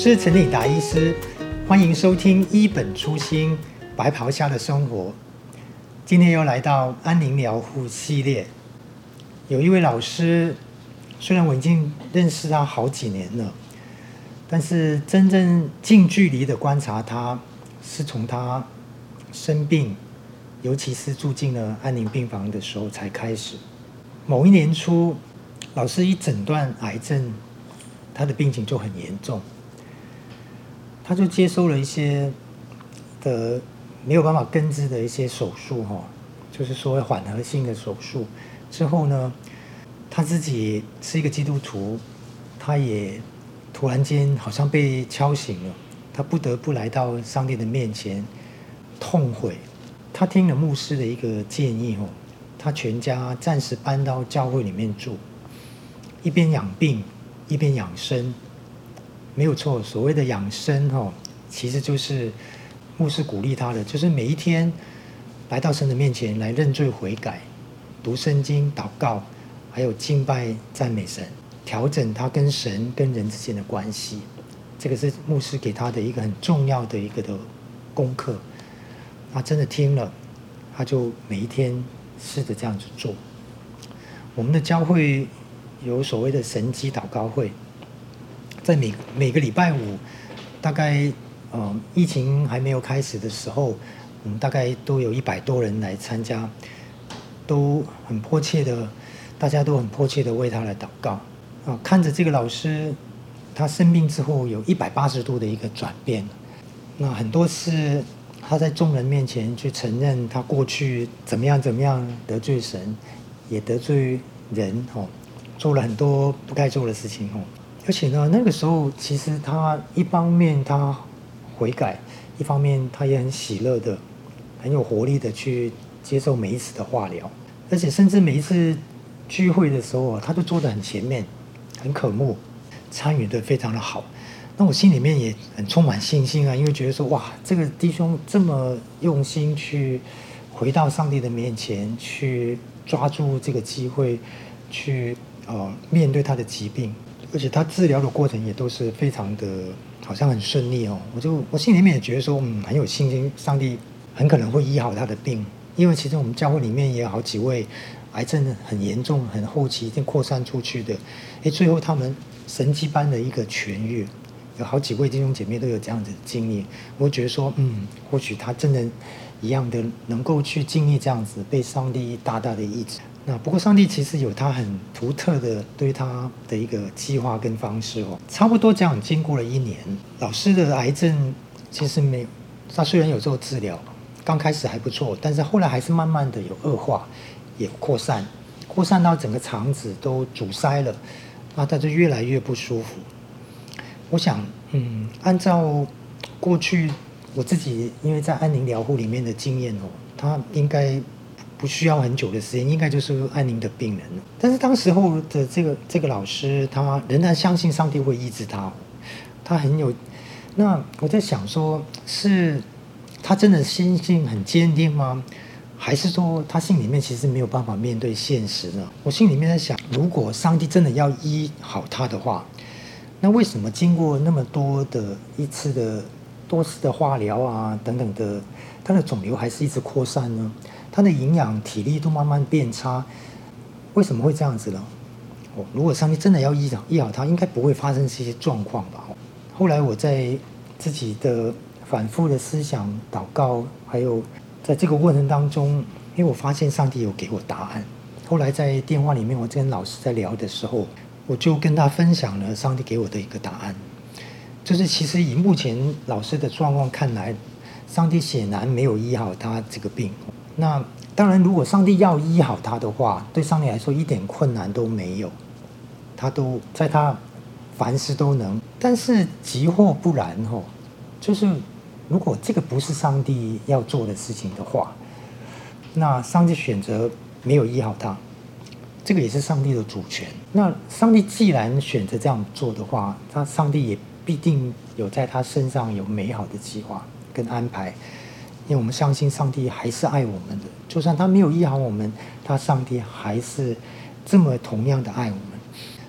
我是陈立达医师，欢迎收听一本初心白袍下的生活。今天又来到安宁疗护系列，有一位老师，虽然我已经认识他好几年了，但是真正近距离的观察他，是从他生病，尤其是住进了安宁病房的时候才开始。某一年初，老师一诊断癌症，他的病情就很严重，他就接受了一些的没有办法根治的一些手术，就是说缓和性的手术。之后呢，他自己是一个基督徒，他也突然间好像被敲醒了，他不得不来到上帝的面前痛悔。他听了牧师的一个建议，他全家暂时搬到教会里面住，一边养病一边养生。没有错，所谓的养生其实就是牧师鼓励他的，就是每一天来到神的面前来认罪悔改，读圣经祷告，还有敬拜赞美神，调整他跟神跟人之间的关系。这个是牧师给他的一个很重要的一个的功课。他真的听了，他就每一天试着这样子做。我们的教会有所谓的神机祷告会，在每个礼拜五，大概疫情还没有开始的时候，我们大概都有100多人来参加，都很迫切的，大家都很迫切的为他来祷告。看着这个老师，他生病之后有180度的一个转变。那很多是他在众人面前去承认他过去怎么样得罪神，也得罪人，做了很多不该做的事情。而且呢，那个时候其实他一方面他悔改，一方面他也很喜乐的，很有活力的去接受每一次的化疗，而且甚至每一次聚会的时候，他都坐得很前面，很渴慕，参与的非常的好。那我心里面也很充满信心啊，因为觉得说哇，这个弟兄这么用心去回到上帝的面前，去抓住这个机会，去面对他的疾病。而且他治疗的过程也都是非常的，好像很顺利。我心里面也觉得说，很有信心，上帝很可能会医好他的病。因为其实我们教会里面也有好几位癌症很严重、很后期已经扩散出去的，最后他们神迹般的一个痊愈，有好几位弟兄姐妹都有这样子的经历。我觉得说，或许他真的一样的能够去经历这样子，被上帝大大的医治。那不过上帝其实有他很独特的对他的一个计划跟方式。差不多这样经过了1年，老师的癌症其实没有，他虽然有做治疗，刚开始还不错，但是后来还是慢慢的有恶化，也扩散到整个肠子都阻塞了，那他就越来越不舒服。我想按照过去我自己因为在安宁疗护里面的经验，他应该不需要很久的时间，应该就是安宁的病人了。但是当时候的这个老师，他仍然相信上帝会医治他，他很有。那我在想说，是他真的心性很坚定吗？还是说他心里面其实没有办法面对现实呢？我心里面在想，如果上帝真的要医好他的话，那为什么经过那么多的多次的化疗啊等等的，他的肿瘤还是一直扩散呢？他的营养体力都慢慢变差，为什么会这样子呢？如果上帝真的要医好他，应该不会发生这些状况吧。后来我在自己的反复的思想祷告，还有在这个过程当中，因为我发现上帝有给我答案。后来在电话里面我跟老师在聊的时候，我就跟他分享了上帝给我的一个答案，就是其实以目前老师的状况看来，上帝显然没有医好他这个病。那当然如果上帝要医好他的话，对上帝来说一点困难都没有，他都在他凡事都能。但是急或不然，就是如果这个不是上帝要做的事情的话，那上帝选择没有医好他，这个也是上帝的主权。那上帝既然选择这样做的话，上帝也必定有在他身上有美好的计划跟安排。因为我们相信上帝还是爱我们的，就算他没有医好我们，上帝还是这么同样的爱我们。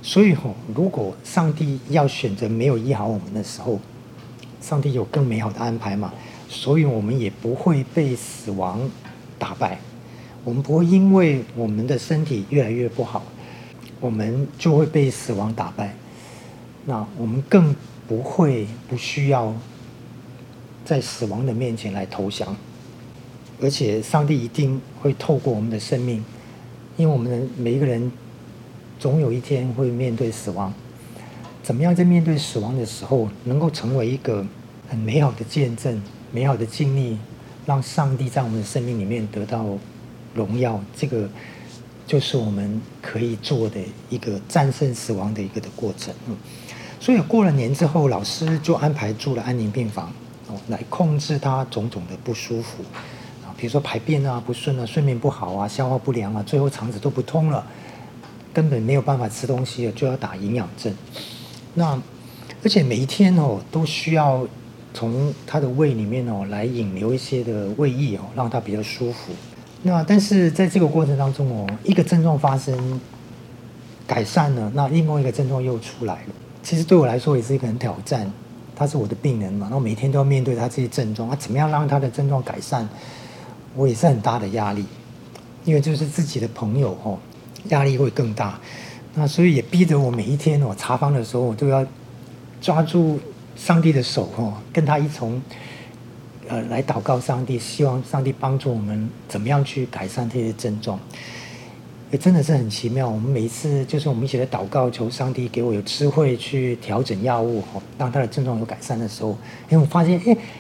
所以如果上帝要选择没有医好我们的时候，上帝有更美好的安排嘛，所以我们也不会被死亡打败，我们不会因为我们的身体越来越不好，我们就会被死亡打败。那我们更不需要在死亡的面前来投降，而且上帝一定会透过我们的生命，因为我们每一个人总有一天会面对死亡，怎么样在面对死亡的时候能够成为一个很美好的见证、美好的经历，让上帝在我们的生命里面得到荣耀，这个就是我们可以做的一个战胜死亡的一个的过程。所以过了年之后，老师就安排住了安宁病房，来控制他种种的不舒服，比如说排便不顺睡眠不好消化不良最后肠子都不通了，根本没有办法吃东西了，就要打营养针。那而且每一天都需要从他的胃里面来引流一些的胃液让他比较舒服。那但是在这个过程当中一个症状发生改善了，那另外一个症状又出来了。其实对我来说也是一个很挑战，他是我的病人嘛，然后每天都要面对他这些症状，怎么样让他的症状改善，我也是很大的压力，因为就是自己的朋友压力会更大。那所以也逼着我每一天查房的时候，我都要抓住上帝的手跟他一同来祷告上帝，希望上帝帮助我们怎么样去改善这些症状。也真的是很奇妙，我们每一次就是我们一起来祷告，求上帝给我有智慧去调整药物让他的症状有改善的时候，我发现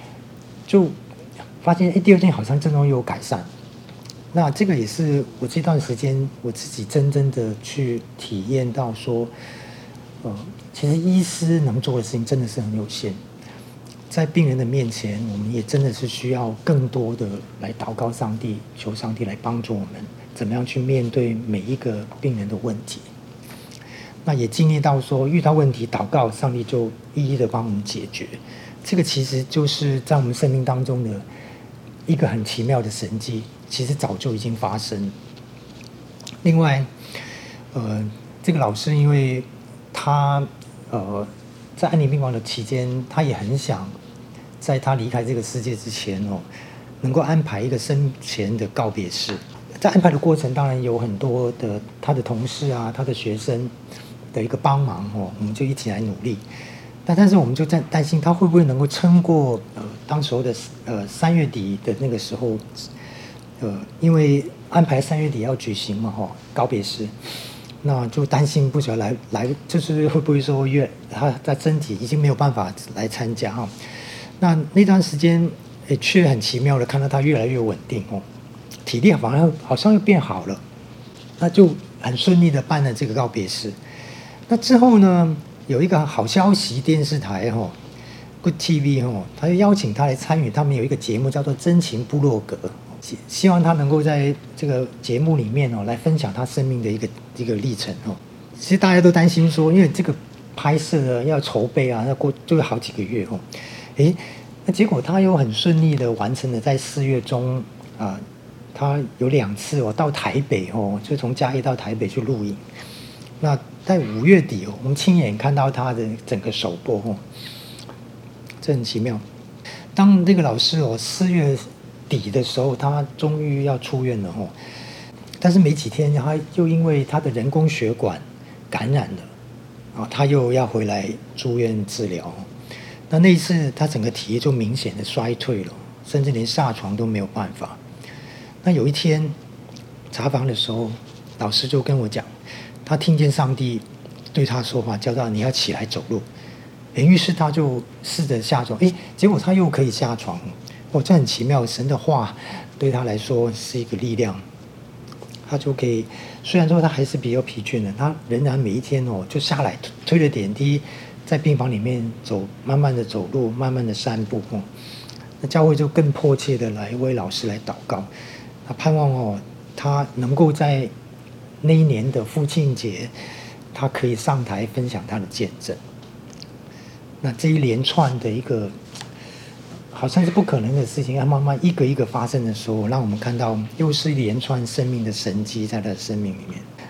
第二天好像症状又有改善。那这个也是我这段时间我自己真正的去体验到说，其实医师能做的事情真的是很有限，在病人的面前，我们也真的是需要更多的来祷告上帝，求上帝来帮助我们怎么样去面对每一个病人的问题。那也经历到说遇到问题祷告，上帝就一一的帮我们解决。这个其实就是在我们生命当中的一个很奇妙的神迹，其实早就已经发生。另外这个老师因为他在安宁病房的期间，他也很想在他离开这个世界之前能够安排一个生前的告别式。在安排的过程当然有很多的他的同事他的学生的一个帮忙我们就一起来努力。但是我们就在担心他会不会能够撑过当时候的3月底的那个时候，因为安排3月底要举行嘛告别式，那就担心不晓得来就是会不会说他在身体已经没有办法来参加那段时间却很奇妙的看到他越来越稳定体力好像又变好了，那就很顺利的办了这个告别式。那之后呢，有一个好消息电视台Good TV 他就邀请他来参与他们有一个节目叫做真情部落格，希望他能够在这个节目里面来分享他生命的一个历程其实大家都担心说，因为这个拍摄要筹备要过就好几个月那结果他又很顺利的完成了在4月中他有2次到台北就从嘉义到台北去录影。那在5月底我们亲眼看到他的整个首播这很奇妙。当这个老师4月底的时候，他终于要出院了但是没几天他又因为他的人工血管感染了他又要回来住院治疗。那一次他整个体力就明显的衰退了，甚至连下床都没有办法。那有一天查房的时候，老师就跟我讲，他听见上帝对他说话，叫他你要起来走路。于是他就试着下床，结果他又可以下床。这很奇妙，神的话对他来说是一个力量，他就可以，虽然说他还是比较疲倦的，他仍然每一天就下来推着点滴，在病房里面走，慢慢的走路，慢慢的散步那教会就更迫切的来为老师来祷告，他盼望他能够在那一年的父亲节，他可以上台分享他的见证。那这一连串的一个好像是不可能的事情，慢慢一个一个发生的时候，让我们看到又是一连串生命的神迹在他的生命里面。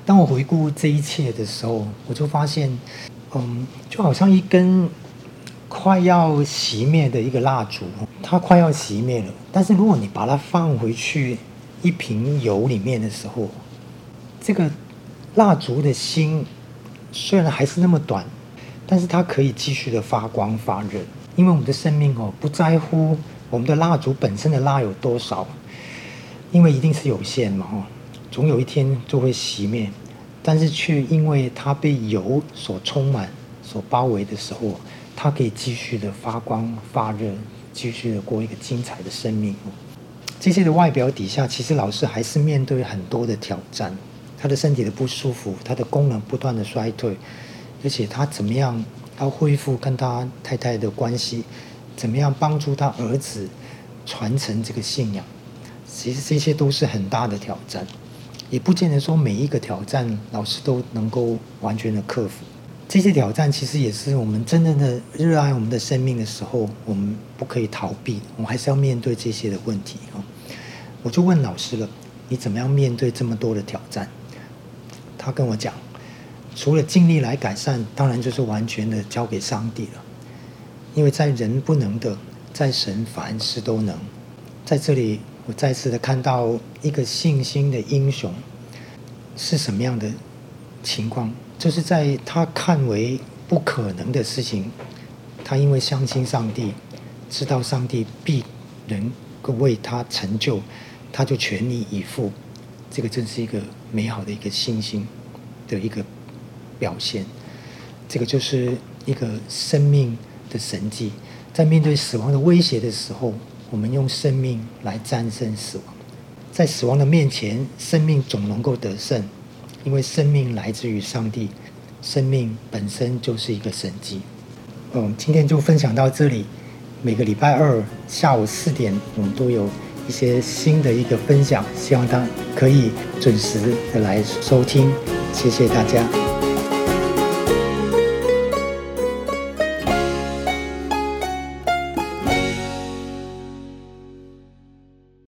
当我回顾这一切的时候，我就发现，就好像一根快要熄灭的一个蜡烛，它快要熄灭了。但是如果你把它放回去一瓶油里面的时候，这个蜡烛的芯虽然还是那么短，但是它可以继续的发光发热。因为我们的生命不在乎我们的蜡烛本身的蜡有多少，因为一定是有限嘛，总有一天就会熄灭。但是却因为它被油所充满、所包围的时候，它可以继续的发光发热，继续的过一个精彩的生命。这些的外表底下，其实老师还是面对很多的挑战。他的身体的不舒服，他的功能不断的衰退，而且他怎么样要恢复跟他太太的关系，怎么样帮助他儿子传承这个信仰，其实这些都是很大的挑战。也不见得说每一个挑战老师都能够完全的克服。这些挑战其实也是我们真正的热爱我们的生命的时候，我们不可以逃避，我们还是要面对这些的问题。我就问老师了，你怎么样面对这么多的挑战？他跟我讲，除了尽力来改善，当然就是完全的交给上帝了。因为在人不能的，在神凡事都能。在这里我再次的看到一个信心的英雄是什么样的情况，就是在他看为不可能的事情，他因为相信上帝，知道上帝必能够为他成就，他就全力以赴。这个真是一个美好的一个信心的一个表现。这个就是一个生命的神迹，在面对死亡的威胁的时候，我们用生命来战胜死亡。在死亡的面前，生命总能够得胜，因为生命来自于上帝，生命本身就是一个神迹。今天就分享到这里。每个礼拜二下午4点，我们都有一些新的一个分享，希望大家可以准时的来收听。谢谢大家。